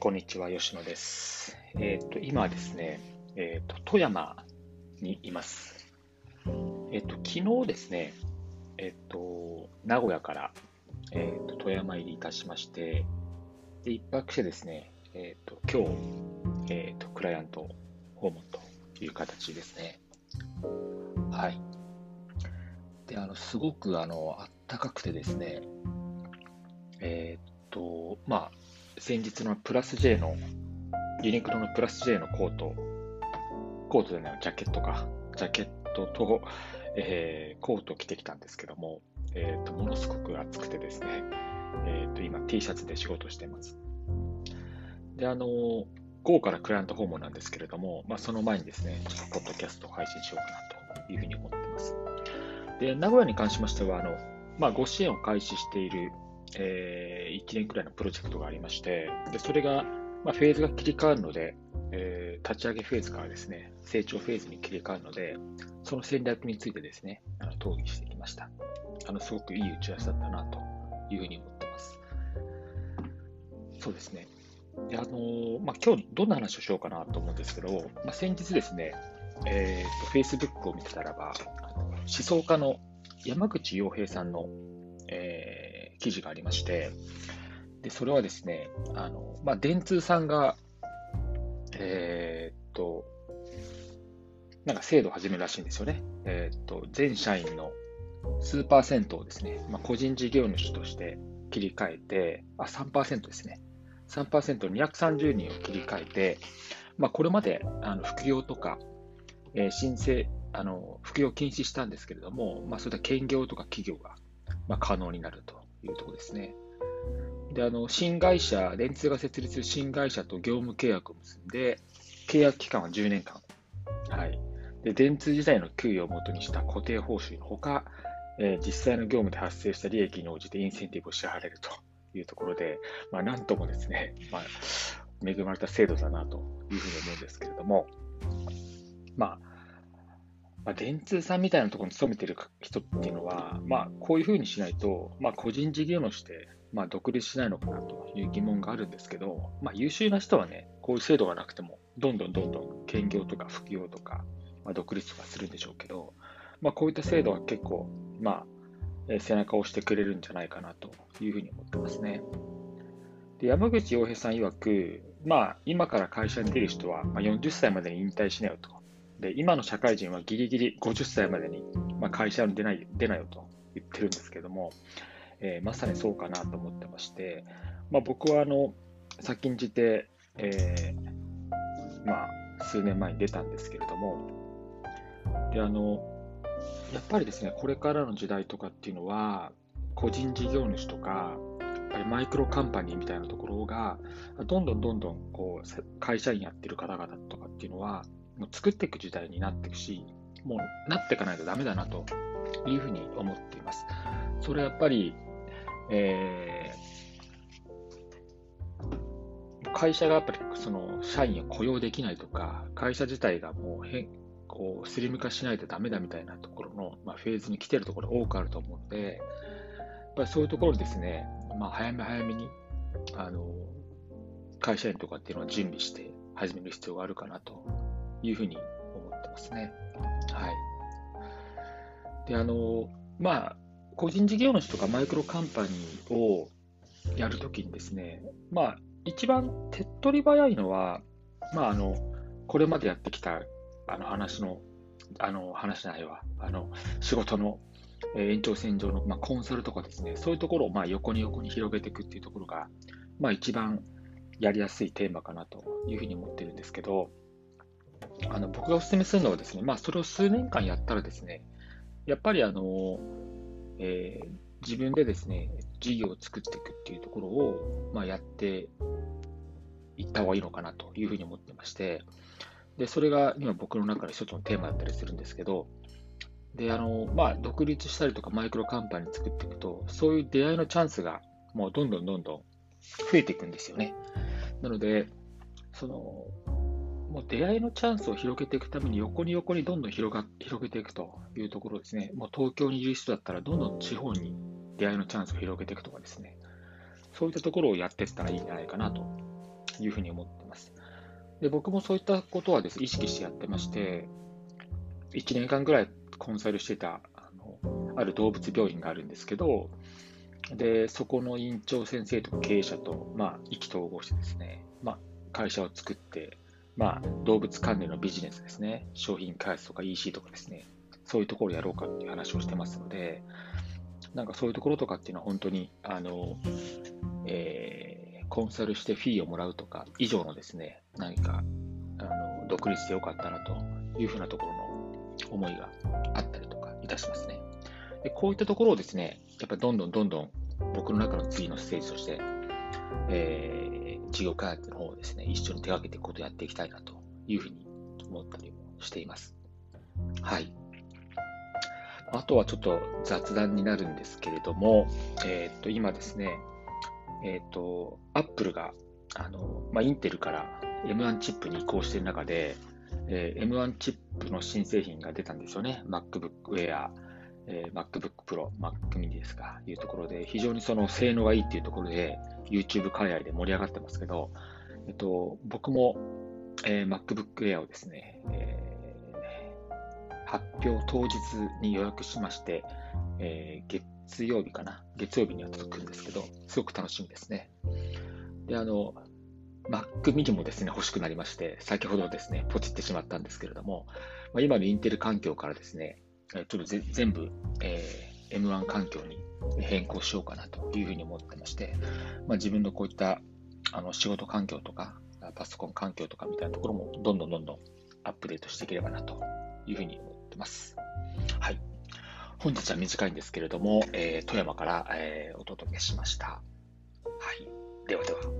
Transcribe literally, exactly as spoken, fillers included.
こんにちは、吉野です。えっと、今はですね、えっと、富山にいます。えっと、昨日ですね、えっと、名古屋から、えっと、富山入りいたしまして、で、一泊してですね、えっと、今日、えっと、クライアント訪問という形ですね。はい。で、あの、すごく、あの、あったかくてですね、えっと、まあ、先日のプラス J の、ユニクロのプラス J のコート、コートでね、ジャケットか、ジャケットと、えーコートを着てきたんですけども、えーと、ものすごく暑くてですね、えーと、今 T シャツで仕事しています。で、あの、午後からクライアント訪問なんですけれども、まあ、その前にですね、ちょっとポッドキャストを配信しようかなというふうに思っています。で、名古屋に関しましては、あの、まあ、ご支援を開始している、えーいちねんくらいのプロジェクトがありまして、で、それが、まあ、フェーズが切り替わるので、えー立ち上げフェーズからですね、成長フェーズに切り替わるので、その戦略についてですね、あの討議してきました。あの、すごくいい打ち合わせだったなというふうに思ってます。そうですね。で、あのーまあ、今日どんな話をしようかなと思うんですけど、まあ、先日ですね、えーと、Facebook を見てたらば、あの思想家の山口洋平さんの、えー記事がありまして、で、それはですね、あの、まあ、電通さんが、えーっと、なんか制度を始めるらしいんですよね。えーっと、全社員の数パーセントをですね、まあ、個人事業主として切り替えて、あ、さんパーセントですね。さんパーセントにひゃくさんじゅうにんを切り替えて、まあ、これまであの副業とか、えー申請、あの副業を禁止したんですけれども、まあ、そういった兼業とか企業が、まあ、可能になるというところですね。で、あの、新会社、電通が設立する新会社と業務契約を結んで、契約期間はじゅうねんかん。はい。で、電通自体の給与を元にした固定報酬のほか、えー実際の業務で発生した利益に応じてインセンティブを支払われるというところで、まあ、なんともですね、まあ、恵まれた制度だなというふうに思うんですけれども、まあ、まあ、電通さんみたいなところに勤めている人っていうのは、まあ、こういうふうにしないと、まあ、個人事業主で、まあ、独立しないのかなという疑問があるんですけど、まあ、優秀な人はね、こういう制度がなくても、どんどんどんどん兼業とか副業とか、まあ、独立とかするんでしょうけど、まあ、こういった制度は結構、まあ、えー背中を押してくれるんじゃないかなというふうに思ってますね。で、山口洋平さん曰く、まあ、今から会社に出る人は、まあ、よんじゅっさいまでに引退しなよと。で、今の社会人はギリギリごじゅっさいまでに、まあ、会社に出ない、出ないよと言ってるんですけども、えーまさにそうかなと思ってまして、まあ、僕はあの、先んじて、えーまあ、数年前に出たんですけれども、で、あの、やっぱりですね、これからの時代とかっていうのは、個人事業主とか、やっぱりマイクロカンパニーみたいなところが、どんどんどんどんこう会社員やってる方々とかっていうのは、もう作っていく時代になっていくし、もうなっていかないとダメだなというふうに思っています。それはやっぱり、えー会社がやっぱりその社員を雇用できないとか、会社自体がもう変こうスリム化しないとダメだみたいなところの、まあ、フェーズに来てるところ多くあると思うので、やっぱりそういうところにですね、まあ、早め早めにあの会社員とかっていうのは準備して始める必要があるかなというふうに思ってますね。はい。で、あの、まあ、個人事業主とかマイクロカンパニーをやるときにですね、まあ、一番手っ取り早いのは、まあ、あの、これまでやってきた、あの話の、あの話じゃないわ、あの、仕事のえー延長線上の、まあ、コンサルとかですね、そういうところをまあ横に横に広げていくっていうところが、まあ、一番やりやすいテーマかなというふうに思ってるんですけど、あの僕がお勧めするのはですね、まあ、それを数年間やったらですね、やっぱりあの、えー自分でですね、事業を作っていくっていうところを、まあ、やっていった方がいいのかなというふうに思ってまして、で、それが今僕の中で一つのテーマだったりするんですけど、で、あの、まあ、独立したりとかマイクロカンパニー作っていくと、そういう出会いのチャンスがもうどんどんどんどん増えていくんですよね。なので、その、もう出会いのチャンスを広げていくために横に横にどんどん広が、広げていくというところですね。もう東京にいる人だったらどんどん地方に出会いのチャンスを広げていくとかですね。そういったところをやっていったらいいんじゃないかなというふうに思っています。で、僕もそういったことはですね、意識してやってまして、いちねんかんぐらいコンサルしてた、あの、ある動物病院があるんですけど、で、そこの院長先生とか経営者と、まあ、意気投合してですね、まあ、会社を作って、まあ、動物関連のビジネスですね、商品開発とか イーシー とかですね、そういうところをやろうかっていう話をしてますので、なんかそういうところとかっていうのは本当に、あの、えーコンサルしてフィーをもらうとか以上のですね、何か、あの、独立でよかったなというふうなところの思いがあったりとかいたしますね。で、こういったところをですね、やっぱりどんどんどんどん僕の中の次のステージとして、えー事業開発の方をですね、一緒に手掛けていくことをやっていきたいなというふうに思ったりもしています。はい。あとはちょっと雑談になるんですけれども、えーっと、今ですね、えーっと、Apple が、あの、まあ、インテルから エムワン チップに移行している中で、えー エムワン チップの新製品が出たんですよね。MacBook Air、えー MacBook Pro、Mac mini ですか、いうところで、非常にその性能がいいっていうところで、YouTube 海外で盛り上がってますけど、えっと、僕も、えー MacBook Air をですね、えー発表当日に予約しまして、えー月曜日かな、月曜日には届くんですけど、すごく楽しみですね。で、あの、Mac mini もですね、欲しくなりまして、先ほどですね、ポチってしまったんですけれども、まあ、今のインテル環境からですね、えーちょっとぜ全部、えー エムワン 環境に変更しようかなというふうに思ってまして、まあ、自分のこういったあの仕事環境とか、パソコン環境とかみたいなところもどんどんどんどんアップデートしていければなというふうに思ってます。はい。本日は短いんですけれども、えー富山から、えーお届けしました。はい。ではでは。